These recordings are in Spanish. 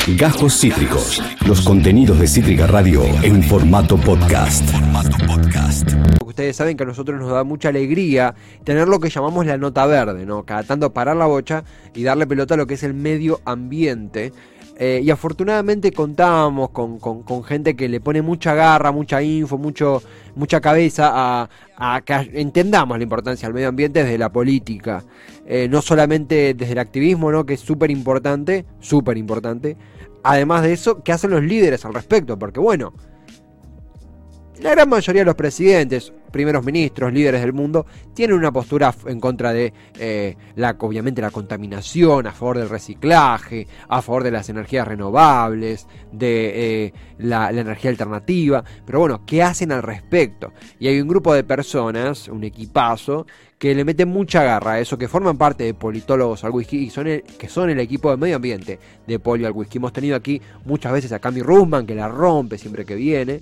Gajos Cítricos. Los contenidos de Cítrica Radio en formato podcast. Ustedes saben que a nosotros nos da mucha alegría tener lo que llamamos la nota verde, ¿no? Cada tanto parar la bocha y darle pelota a lo que es el medio ambiente. Y afortunadamente contábamos con gente que le pone mucha garra, mucha info, mucha cabeza a que entendamos la importancia del medio ambiente desde la política. No solamente desde el activismo, ¿no? Que es súper importante. Además de eso, ¿qué hacen los líderes al respecto? Porque bueno, la gran mayoría de los presidentes, primeros ministros, líderes del mundo, tienen una postura en contra de, obviamente, la contaminación, a favor del reciclaje, a favor de las energías renovables, de la energía alternativa. Pero bueno, ¿qué hacen al respecto? Y hay un grupo de personas, un equipazo, que le meten mucha garra a eso, que forman parte de Politólogos al Whisky y que son el equipo de medio ambiente de Poli al Whisky. Hemos tenido aquí muchas veces a Cami Rusman, que la rompe siempre que viene.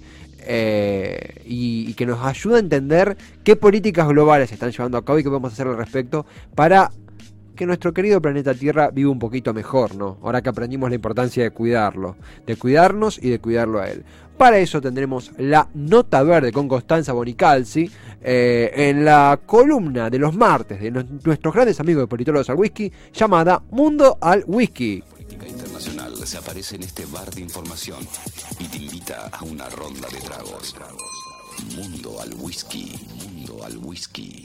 Y que nos ayuda a entender qué políticas globales se están llevando a cabo y qué podemos hacer al respecto para que nuestro querido planeta Tierra viva un poquito mejor, ¿no? Ahora que aprendimos la importancia de cuidarlo, de cuidarnos y de cuidarlo a él. Para eso tendremos la nota verde con Constanza Bonicalzi en la columna de los martes de nuestros grandes amigos de Politólogos al Whisky, llamada Mundo al Whisky. Internacional se aparece en este bar de información y te invita a una ronda de tragos. Mundo al Whisky, Mundo al Whisky.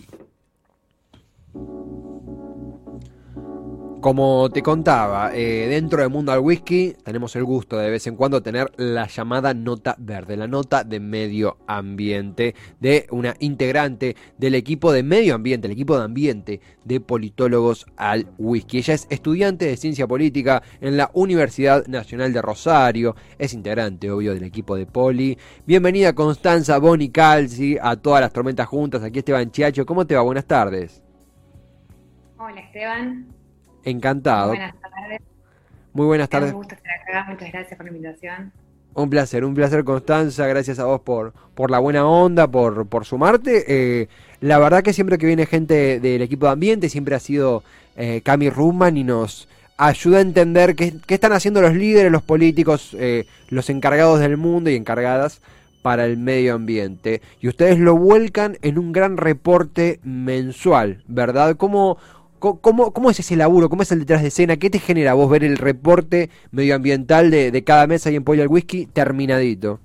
Como te contaba, dentro de Mundo al Whisky tenemos el gusto de vez en cuando tener la llamada nota verde, la nota de medio ambiente de una integrante del equipo de medio ambiente, el equipo de ambiente de Politólogos al Whisky. Ella es estudiante de Ciencia Política en la Universidad Nacional de Rosario, es integrante, obvio, del equipo de Poli. Bienvenida Constanza Bonicalzi a Todas las Tormentas Juntas, aquí Esteban Chiacho. ¿Cómo te va? Buenas tardes. Hola Esteban. Encantado. Buenas tardes. Muy buenas tardes. Me gusta estar acá, muchas gracias por la invitación. Un placer Constanza, gracias a vos por la buena onda, por sumarte. La verdad que siempre que viene gente del equipo de ambiente siempre ha sido Cami Rusman y nos ayuda a entender qué están haciendo los líderes, los políticos, los encargados del mundo y encargadas para el medio ambiente. Y ustedes lo vuelcan en un gran reporte mensual, ¿verdad? ¿Cómo es ese laburo? ¿Cómo es el detrás de escena? ¿Qué te genera vos ver el reporte medioambiental de cada mes ahí en Poli al Whisky terminadito?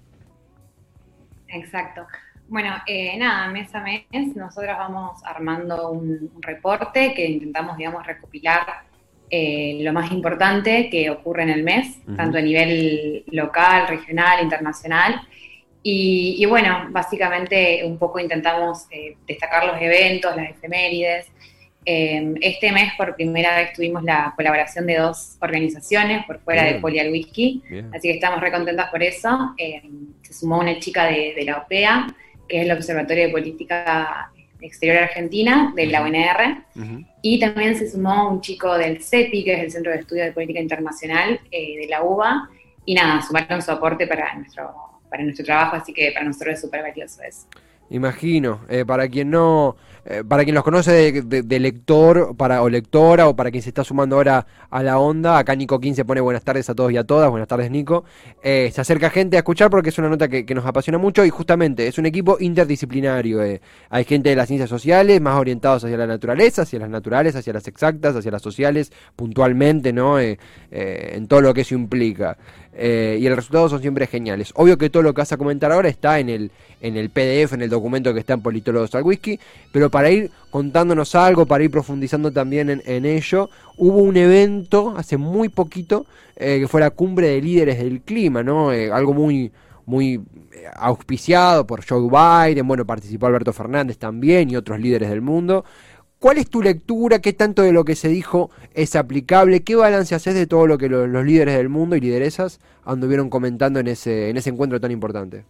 Exacto. Bueno, nada, mes a mes nosotros vamos armando un reporte que intentamos, digamos, recopilar lo más importante que ocurre en el mes, tanto a nivel local, regional, internacional. Y bueno, básicamente un poco intentamos destacar los eventos, las efemérides. Este mes por primera vez tuvimos la colaboración de 2 organizaciones por fuera de Poli al Whisky, así que estamos re contentas por eso. Se sumó una chica de la OPEA, que es el Observatorio de Política Exterior Argentina, de la UNR, y también se sumó un chico del CEPI, que es el Centro de Estudios de Política Internacional de la UBA, y nada, sumaron su aporte para nuestro trabajo, así que para nosotros es súper valioso eso. Imagino, para quien los conoce de lector o lectora, o para quien se está sumando ahora a la onda, acá Nico 15 pone buenas tardes a todos y a todas. Buenas tardes, Nico. Se acerca gente a escuchar porque es una nota que nos apasiona mucho y justamente es un equipo interdisciplinario. Hay gente de las ciencias sociales más orientados hacia la naturaleza, hacia las naturales, hacia las exactas, hacia las sociales, puntualmente, ¿no? En todo lo que eso implica. Y el resultado son siempre geniales. Obvio que todo lo que vas a comentar ahora está en el PDF, en el documento que está en Politólogos al Whisky, pero para ir contándonos algo, para ir profundizando también en ello, hubo un evento hace muy poquito que fue la Cumbre de Líderes del Clima, ¿no? Algo muy auspiciado por Joe Biden, bueno, participó Alberto Fernández también y otros líderes del mundo. ¿Cuál es tu lectura? ¿Qué tanto de lo que se dijo es aplicable? ¿Qué balance haces de todo lo que los líderes del mundo y lideresas anduvieron comentando en ese encuentro tan importante?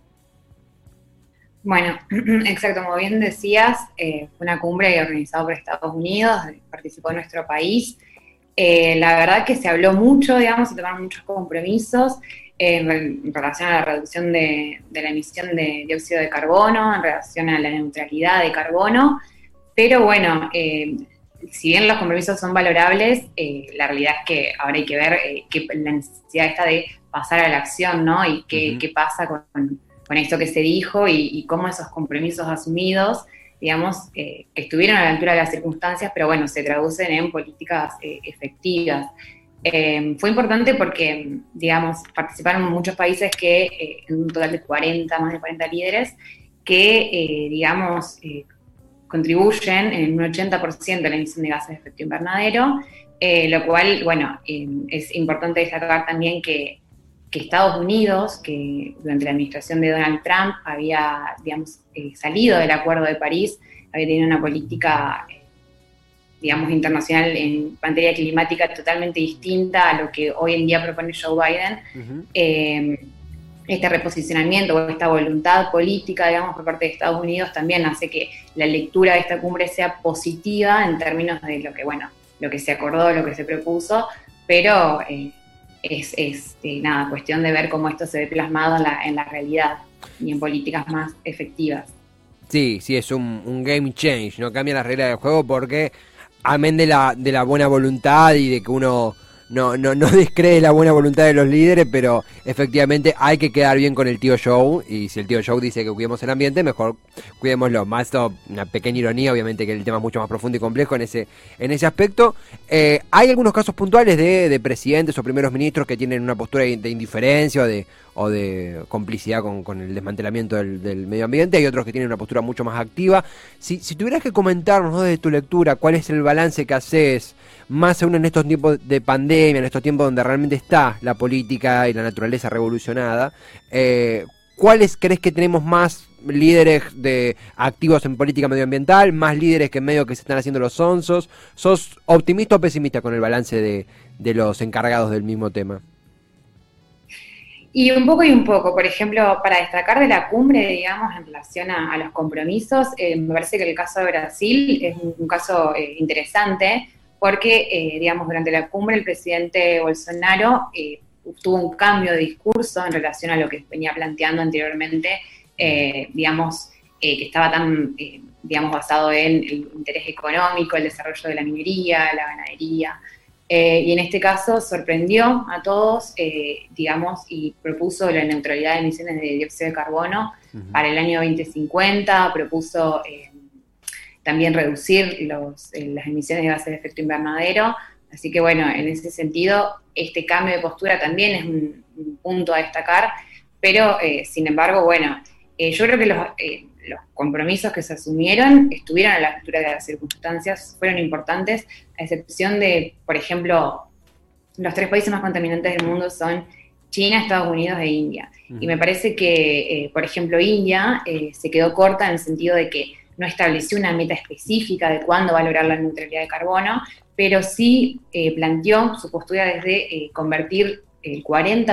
Bueno, exacto, como bien decías, fue una cumbre organizada por Estados Unidos, participó nuestro país. La verdad que se habló mucho, digamos, se tomaron muchos compromisos en relación a la reducción de la emisión de dióxido de carbono, en relación a la neutralidad de carbono, pero bueno, si bien los compromisos son valorables, la realidad es que ahora hay que ver la necesidad esta de pasar a la acción, ¿no? Y qué pasa con esto que se dijo y cómo esos compromisos asumidos, digamos, estuvieron a la altura de las circunstancias, pero bueno, se traducen en políticas efectivas. Fue importante porque, digamos, participaron muchos países que, en un total de más de 40 líderes, que, digamos, contribuyen en un 80% a la emisión de gases de efecto invernadero, lo cual, bueno, es importante destacar también que Estados Unidos, que durante la administración de Donald Trump había, digamos, salido del Acuerdo de París, había tenido una política, digamos, internacional en materia climática totalmente distinta a lo que hoy en día propone Joe Biden. Este reposicionamiento o esta voluntad política, digamos, por parte de Estados Unidos también hace que la lectura de esta cumbre sea positiva en términos de lo que, bueno, lo que se acordó, lo que se propuso, pero es nada, cuestión de ver cómo esto se ve plasmado en la realidad y en políticas más efectivas. Sí, es un game change, no cambia las reglas del juego porque, amén de la buena voluntad y de que uno no descree la buena voluntad de los líderes, pero efectivamente hay que quedar bien con el tío Joe, y si el tío Joe dice que cuidemos el ambiente, mejor cuidémoslo. Más una pequeña ironía, obviamente que el tema es mucho más profundo y complejo en ese aspecto. Hay algunos casos puntuales de presidentes o primeros ministros que tienen una postura de indiferencia o de complicidad con el desmantelamiento del medio ambiente. Hay otros que tienen una postura mucho más activa. Si tuvieras que comentarnos, ¿no?, desde tu lectura, cuál es el balance que haces, más aún en estos tiempos de pandemia, en estos tiempos donde realmente está la política y la naturaleza revolucionada, ¿cuáles crees que tenemos más líderes activos en política medioambiental, más líderes que en medio que se están haciendo los sonsos? ¿Sos optimista o pesimista con el balance de los encargados del mismo tema? Y un poco y un poco. Por ejemplo, para destacar de la cumbre, digamos, en relación a los compromisos, me parece que el caso de Brasil es un caso interesante, porque, digamos, durante la cumbre el presidente Bolsonaro tuvo un cambio de discurso en relación a lo que venía planteando anteriormente, digamos, que estaba tan, digamos, basado en el interés económico, el desarrollo de la minería, la ganadería. Y en este caso sorprendió a todos, digamos, y propuso la neutralidad de emisiones de dióxido de carbono para el año 2050, propuso también reducir las emisiones de gases de efecto invernadero. Así que bueno, en ese sentido, este cambio de postura también es un punto a destacar, pero sin embargo, bueno, yo creo que los compromisos que se asumieron estuvieron a la altura de las circunstancias, fueron importantes, a excepción de, por ejemplo, los 3 países más contaminantes del mundo son China, Estados Unidos e India. Y me parece que, por ejemplo, India se quedó corta en el sentido de que no estableció una meta específica de cuándo va a lograr la neutralidad de carbono, pero sí planteó su postura desde convertir el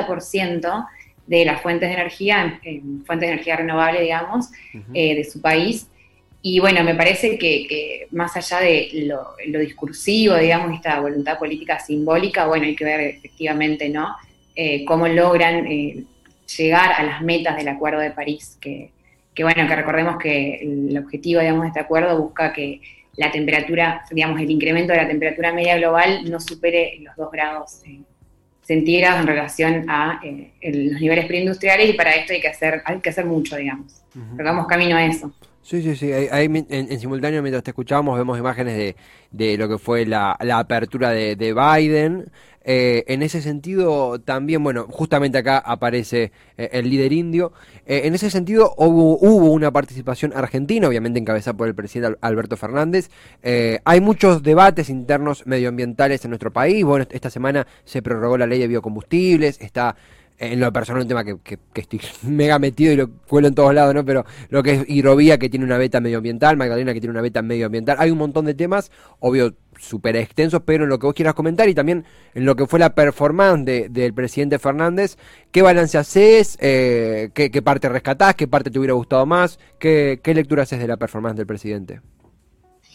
40% de las fuentes de energía en fuentes de energía renovable, digamos, de su país. Y bueno, me parece que más allá de lo discursivo, digamos, esta voluntad política simbólica, bueno, hay que ver efectivamente, ¿no?, cómo logran llegar a las metas del Acuerdo de París, que bueno, que recordemos que el objetivo, digamos, de este acuerdo busca que la temperatura, digamos, el incremento de la temperatura media global no supere los 2 grados centígrados en relación a los niveles preindustriales, y para esto hay que hacer mucho, digamos. Pero vamos camino a eso. Sí. Ahí en simultáneo, mientras te escuchábamos, vemos imágenes de lo que fue la apertura de Biden. En ese sentido, también, bueno, justamente acá aparece el líder indio. En ese sentido, hubo una participación argentina, obviamente encabezada por el presidente Alberto Fernández. Hay muchos debates internos medioambientales en nuestro país. Bueno, esta semana se prorrogó la ley de biocombustibles, está... En lo personal, un tema que estoy mega metido y lo cuelo en todos lados, ¿no? Pero lo que es Hidrovía, que tiene una beta medioambiental, Magdalena, que tiene una beta medioambiental. Hay un montón de temas, obvio, súper extensos, pero en lo que vos quieras comentar y también en lo que fue la performance del presidente Fernández, ¿qué balance haces? ¿Qué parte rescatás? ¿Qué parte te hubiera gustado más? ¿Qué lectura haces de la performance del presidente?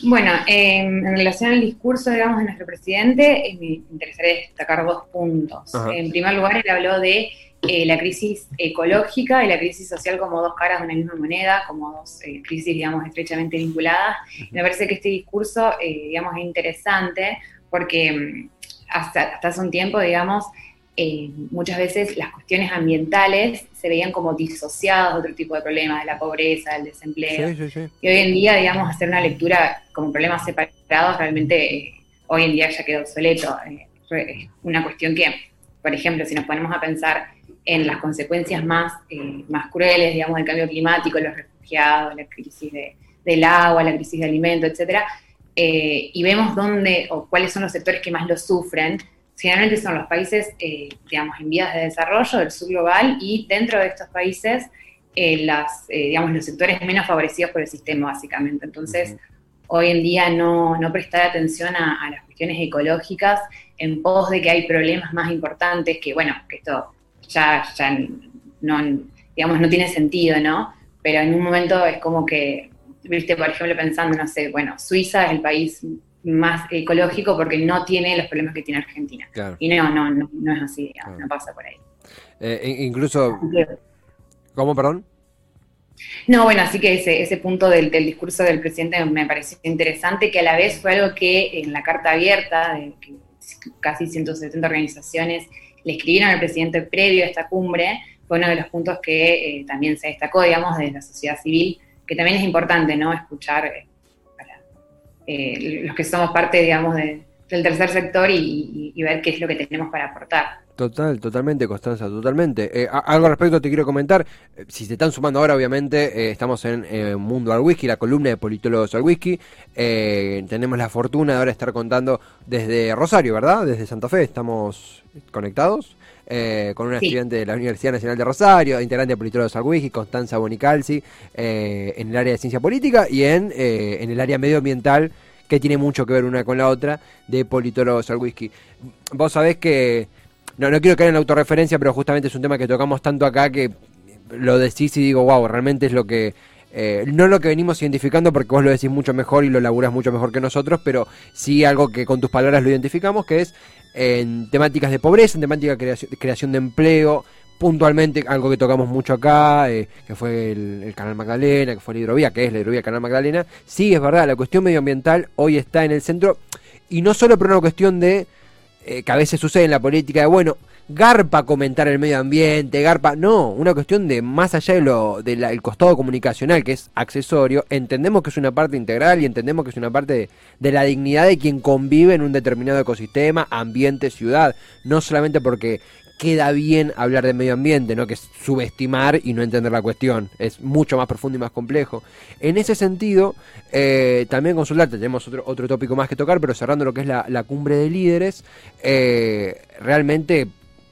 Bueno, en relación al discurso, digamos, de nuestro presidente, me interesaría destacar 2 puntos. Ajá. En primer lugar, él habló de la crisis ecológica y la crisis social como 2 caras de una misma moneda, como 2 crisis, digamos, estrechamente vinculadas. Me parece que este discurso, digamos, es interesante porque hasta hace un tiempo, digamos, muchas veces las cuestiones ambientales se veían como disociadas de otro tipo de problemas, de la pobreza, del desempleo. Sí, sí, sí. Y hoy en día, digamos, hacer una lectura como problemas separados realmente hoy en día ya quedó obsoleto. Es una cuestión que, por ejemplo, si nos ponemos a pensar en las consecuencias más crueles, digamos, del cambio climático, los refugiados, la crisis del agua, la crisis de alimentos, etcétera, y vemos dónde o cuáles son los sectores que más lo sufren, generalmente son los países, digamos, en vías de desarrollo del sur global, y dentro de estos países, digamos, los sectores menos favorecidos por el sistema, básicamente. Entonces, hoy en día no prestar atención a las cuestiones ecológicas en pos de que hay problemas más importantes, que bueno, que esto ya no, digamos, no tiene sentido, ¿no? Pero en un momento es como que, viste, por ejemplo, pensando, no sé, bueno, Suiza es el país más ecológico porque no tiene los problemas que tiene Argentina. Claro. Y no es así, digamos, claro. No pasa por ahí. Incluso... ¿Cómo, perdón? No, bueno, así que ese punto del discurso del presidente me pareció interesante, que a la vez fue algo que en la carta abierta, de que casi 170 organizaciones le escribieron al presidente previo a esta cumbre, fue uno de los puntos que también se destacó, digamos, de la sociedad civil, que también es importante, ¿no?, escuchar para los que somos parte, digamos, del tercer sector y ver qué es lo que tenemos para aportar. Totalmente, Constanza, totalmente. Algo al respecto te quiero comentar. Si se están sumando ahora, obviamente, estamos en Mundo al Whisky, la columna de politólogos al whisky. Tenemos la fortuna de ahora estar contando desde Rosario, ¿verdad? Desde Santa Fe estamos conectados. Con una estudiante de la Universidad Nacional de Rosario, integrante de Politólogos al Whisky, Constanza Bonicalzi, en el área de ciencia política y en el área medioambiental, que tiene mucho que ver una con la otra, de Politólogos al Whisky. Vos sabés que... No quiero caer en la autorreferencia, pero justamente es un tema que tocamos tanto acá que lo decís y digo, wow, realmente es lo que... no lo que venimos identificando, porque vos lo decís mucho mejor y lo laburás mucho mejor que nosotros, pero sí algo que con tus palabras lo identificamos, que es en temáticas de pobreza, en temática de creación de empleo, puntualmente algo que tocamos mucho acá, que fue el Canal Magdalena, que fue la hidrovía, que es la hidrovía Canal Magdalena. Sí, es verdad, la cuestión medioambiental hoy está en el centro, y no solo por una cuestión de... que a veces sucede en la política de, bueno, garpa comentar el medio ambiente, garpa, no, una cuestión de más allá de el costado comunicacional, que es accesorio, entendemos que es una parte integral y entendemos que es una parte de la dignidad de quien convive en un determinado ecosistema, ambiente, ciudad, no solamente porque queda bien hablar de medio ambiente, ¿no?, que es subestimar y no entender la cuestión, es mucho más profundo y más complejo. En ese sentido, también consultarte, tenemos otro tópico más que tocar, pero cerrando lo que es la cumbre de líderes, realmente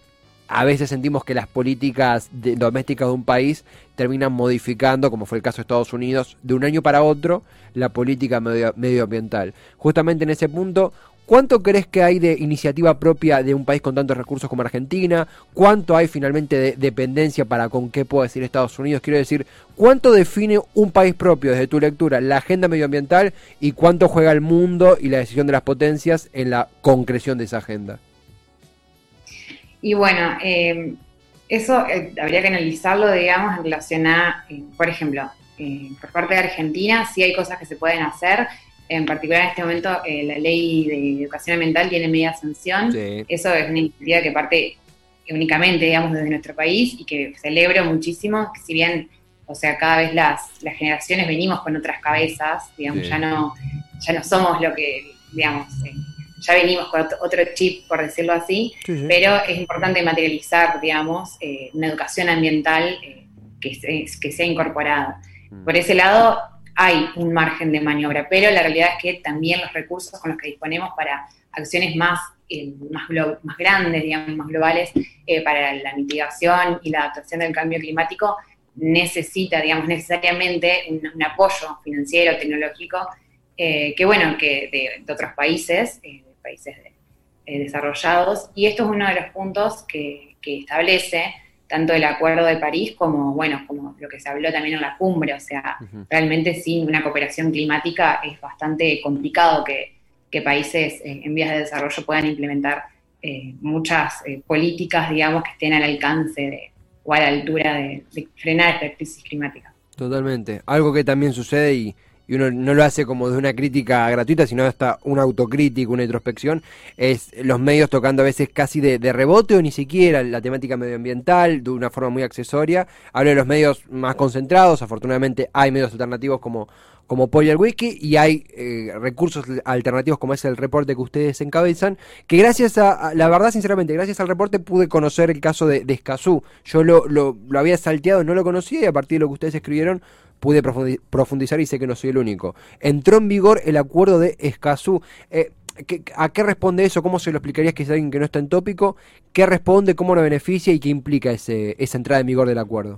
a veces sentimos que las políticas domésticas de un país terminan modificando, como fue el caso de Estados Unidos, de un año para otro, la política medioambiental. Justamente en ese punto, ¿cuánto crees que hay de iniciativa propia de un país con tantos recursos como Argentina? ¿Cuánto hay finalmente de dependencia para con qué puede decir Estados Unidos? Quiero decir, ¿cuánto define un país propio desde tu lectura la agenda medioambiental y cuánto juega el mundo y la decisión de las potencias en la concreción de esa agenda? Y bueno, eso habría que analizarlo, digamos, en relación a, por ejemplo, por parte de Argentina, sí hay cosas que se pueden hacer. En particular, en este momento, la ley de educación ambiental tiene media sanción. Sí. Eso es una iniciativa que parte únicamente, digamos, desde nuestro país y que celebro muchísimo, que si bien, o sea, cada vez las generaciones venimos con otras cabezas, digamos, sí. ya no somos lo que, digamos, ya venimos con otro chip, por decirlo así, sí. Pero es importante materializar, digamos, una educación ambiental que sea incorporada. Por ese lado, hay un margen de maniobra, pero la realidad es que también los recursos con los que disponemos para acciones más grandes, digamos, más globales, para la mitigación y la adaptación del cambio climático, necesita, digamos, necesariamente un apoyo financiero, tecnológico, que de otros países, países desarrollados, y esto es uno de los puntos que establece tanto el Acuerdo de París como, bueno, como lo que se habló también en la cumbre. O sea, realmente sin una cooperación climática es bastante complicado que países en vías de desarrollo puedan implementar muchas políticas, digamos, que estén al alcance o a la altura de frenar esta crisis climática. Totalmente. Algo que también sucede y uno no lo hace como de una crítica gratuita, sino hasta una autocrítica, una introspección, es los medios tocando a veces casi de rebote o ni siquiera la temática medioambiental, de una forma muy accesoria. Hablo de los medios más concentrados, afortunadamente hay medios alternativos como Pollo al Whisky, y hay recursos alternativos como es el reporte que ustedes encabezan, que gracias la verdad, sinceramente, gracias al reporte pude conocer el caso de Escazú. Yo lo había salteado, no lo conocía, y a partir de lo que ustedes escribieron pude profundizar y sé que no soy el único. Entró en vigor el acuerdo de Escazú. ¿A qué responde eso? ¿Cómo se lo explicarías que es alguien que no está en tópico? ¿Qué responde? ¿Cómo lo beneficia? ¿Y qué implica esa entrada en vigor del acuerdo?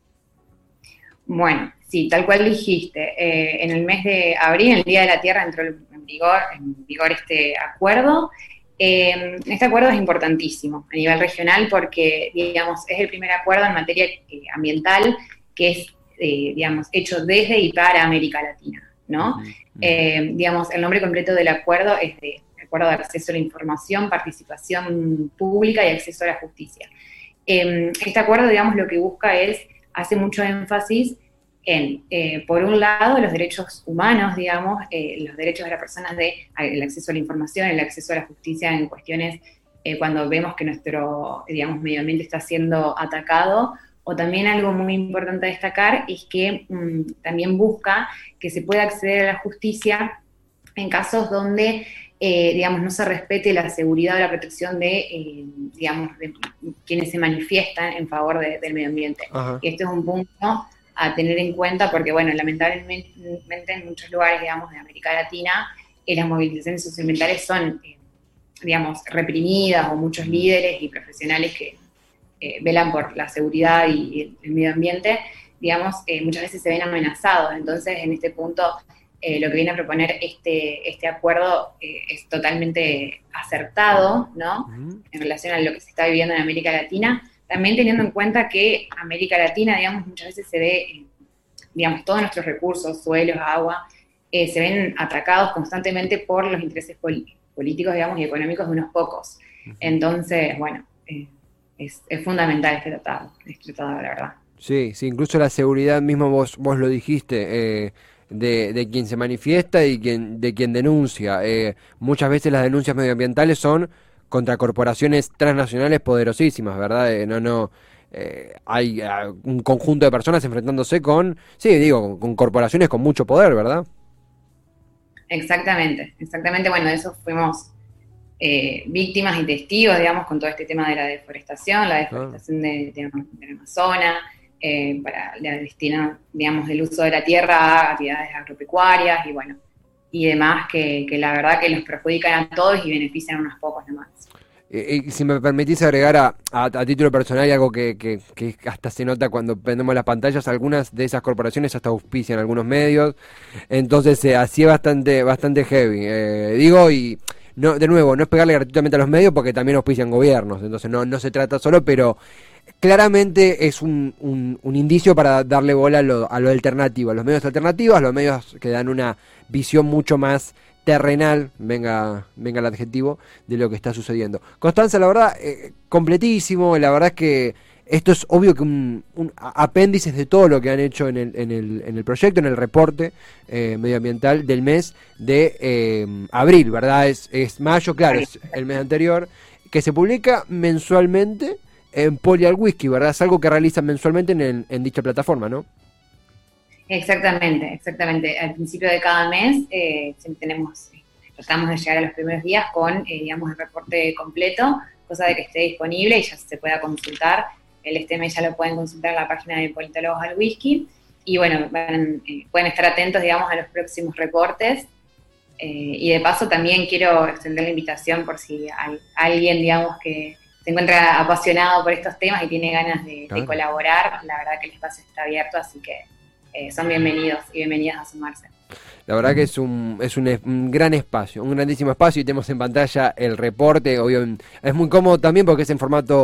Bueno, sí, tal cual dijiste. En el mes de abril, el Día de la Tierra, entró en vigor este acuerdo. Este acuerdo es importantísimo a nivel regional porque, digamos, es el primer acuerdo en materia ambiental que es, digamos, hecho desde y para América Latina, ¿no? Digamos, el nombre completo del acuerdo es de Acuerdo de Acceso a la Información, Participación Pública y Acceso a la Justicia. Este acuerdo, digamos, lo que busca hace mucho énfasis en, por un lado, los derechos humanos, digamos, los derechos de las personas el acceso a la información, el acceso a la justicia en cuestiones cuando vemos que nuestro, digamos, medio ambiente está siendo atacado. O también algo muy importante a destacar es que también busca que se pueda acceder a la justicia en casos donde, digamos, no se respete la seguridad o la protección digamos, de quienes se manifiestan en favor del medio ambiente. Ajá. Y este es un punto a tener en cuenta porque, bueno, lamentablemente en muchos lugares, digamos, de América Latina, las movilizaciones socioambientales son, digamos, reprimidas, o muchos líderes y profesionales que velan por la seguridad y el medio ambiente, digamos, muchas veces se ven amenazados. Entonces, en este punto, lo que viene a proponer este acuerdo es totalmente acertado, ¿no? En relación a lo que se está viviendo en América Latina, también teniendo en cuenta que América Latina, digamos, muchas veces se ve, digamos, todos nuestros recursos, suelos, agua, se ven atacados constantemente por los intereses políticos, digamos, y económicos de unos pocos. Entonces, bueno, es fundamental este tratado, la verdad. Sí, incluso la seguridad mismo vos lo dijiste, de quien se manifiesta y de quien denuncia. Muchas veces las denuncias medioambientales son contra corporaciones transnacionales poderosísimas, ¿verdad? Hay un conjunto de personas enfrentándose con corporaciones con mucho poder, ¿verdad? Exactamente. Bueno, de eso fuimos víctimas y testigos, digamos, con todo este tema de la deforestación del Amazonas, para la destina, digamos, del uso de la tierra a actividades agropecuarias y bueno, y demás que la verdad que los perjudican a todos y benefician a unos pocos nomás. Si me permitís agregar a título personal y algo que hasta se nota cuando prendemos las pantallas, algunas de esas corporaciones hasta auspician algunos medios, entonces así es bastante heavy. Y no, de nuevo, no es pegarle gratuitamente a los medios porque también auspician gobiernos, entonces no se trata solo, pero claramente es un indicio para darle bola a lo alternativo, a los medios alternativos, a los medios que dan una visión mucho más terrenal, venga el adjetivo, de lo que está sucediendo. Constanza, la verdad, completísimo, la verdad es que esto es obvio que un apéndice de todo lo que han hecho en el proyecto, en el reporte medioambiental del mes de abril, ¿verdad? Es mayo, claro, es el mes anterior, que se publica mensualmente en Pollo al Whisky, ¿verdad? Es algo que realizan mensualmente en dicha plataforma, ¿no? Exactamente. Al principio de cada mes siempre tratamos de llegar a los primeros días con, digamos, el reporte completo, cosa de que esté disponible y ya se pueda consultar. Este mes ya lo pueden consultar en la página de Politólogos al Whisky. Y bueno, pueden estar atentos, digamos, a los próximos reportes. Y de paso también quiero extender la invitación por si hay alguien, digamos, que se encuentra apasionado por estos temas y tiene ganas de colaborar. La verdad que el espacio está abierto, así que son bienvenidos y bienvenidas a sumarse. La verdad que es un gran espacio, un grandísimo espacio, y tenemos en pantalla el reporte. Obvio, es muy cómodo también porque es en formato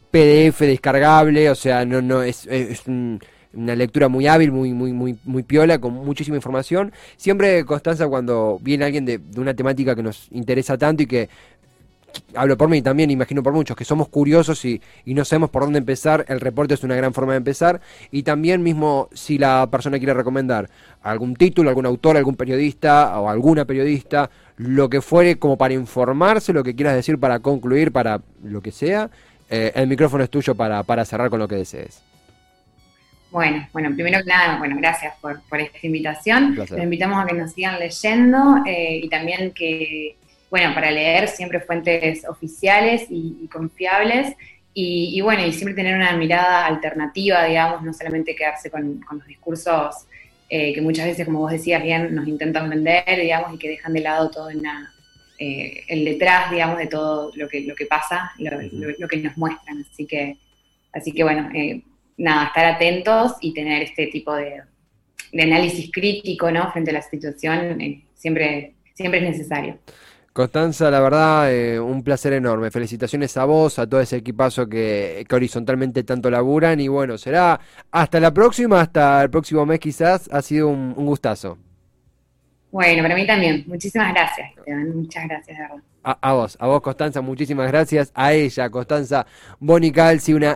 PDF descargable, o sea, no es una lectura muy hábil, muy piola, con muchísima información. Siempre, Constanza, cuando viene alguien de una temática que nos interesa tanto y que, hablo por mí también, imagino por muchos, que somos curiosos y no sabemos por dónde empezar, el reporte es una gran forma de empezar. Y también mismo si la persona quiere recomendar algún título, algún autor, algún periodista o alguna periodista, lo que fuere como para informarse, lo que quieras decir para concluir, para lo que sea, el micrófono es tuyo para cerrar con lo que desees. Bueno, primero que nada, gracias por esta invitación. Los invitamos a que nos sigan leyendo y también que, para leer siempre fuentes oficiales y confiables y siempre tener una mirada alternativa, digamos, no solamente quedarse con los discursos que muchas veces, como vos decías bien, nos intentan vender, digamos, y que dejan de lado todo el detrás, digamos, de todo lo que pasa, lo que nos muestran. Así que estar atentos y tener este tipo de análisis crítico, ¿no?, frente a la situación, siempre es necesario. Constanza, la verdad, un placer enorme. Felicitaciones a vos, a todo ese equipazo que horizontalmente tanto laburan. Y será hasta la próxima, hasta el próximo mes quizás. Ha sido un gustazo. Bueno, para mí también. Muchísimas gracias, Esteban. Muchas gracias, de verdad. A vos, Constanza, muchísimas gracias. A ella, Constanza Bonicalzi, una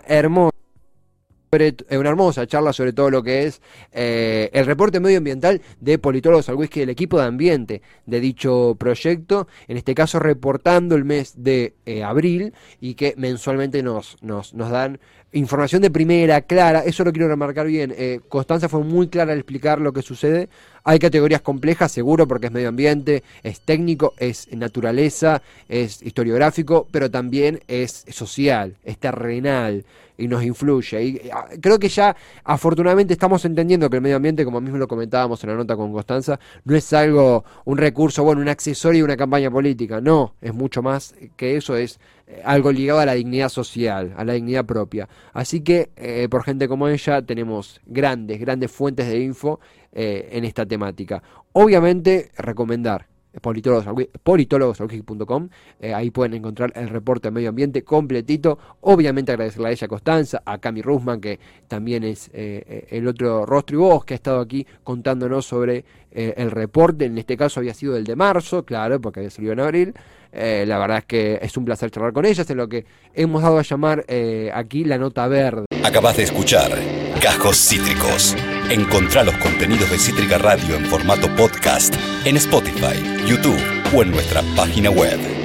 hermosa charla sobre todo lo que es el reporte medioambiental de Politólogos al Whisky, del equipo de ambiente de dicho proyecto, en este caso reportando el mes de abril, y que mensualmente nos dan información de primera, clara. Eso lo quiero remarcar bien. Constanza fue muy clara al explicar lo que sucede. Hay categorías complejas, seguro, porque es medio ambiente, es técnico, es naturaleza, es historiográfico, pero también es social, es terrenal y nos influye. Y creo que ya afortunadamente estamos entendiendo que el medio ambiente, como mismo lo comentábamos en la nota con Constanza, no es algo, un recurso, un accesorio de una campaña política. No, es mucho más que eso, es algo ligado a la dignidad social, a la dignidad propia. Así que por gente como ella tenemos grandes fuentes de info en esta temática. Obviamente recomendar politologosalwhisky.com, ahí pueden encontrar el reporte de medio ambiente completito. Obviamente agradecerle a ella, Constanza, a Cami Rusman, que también es el otro rostro y voz que ha estado aquí contándonos sobre el reporte. En este caso había sido el de marzo, claro, porque había salido en abril. La verdad es que es un placer charlar con ellas, en lo que hemos dado a llamar aquí la nota verde. Acabas de escuchar Cajos Cítricos. Encontrá los contenidos de Cítrica Radio en formato podcast en Spotify, YouTube o en nuestra página web.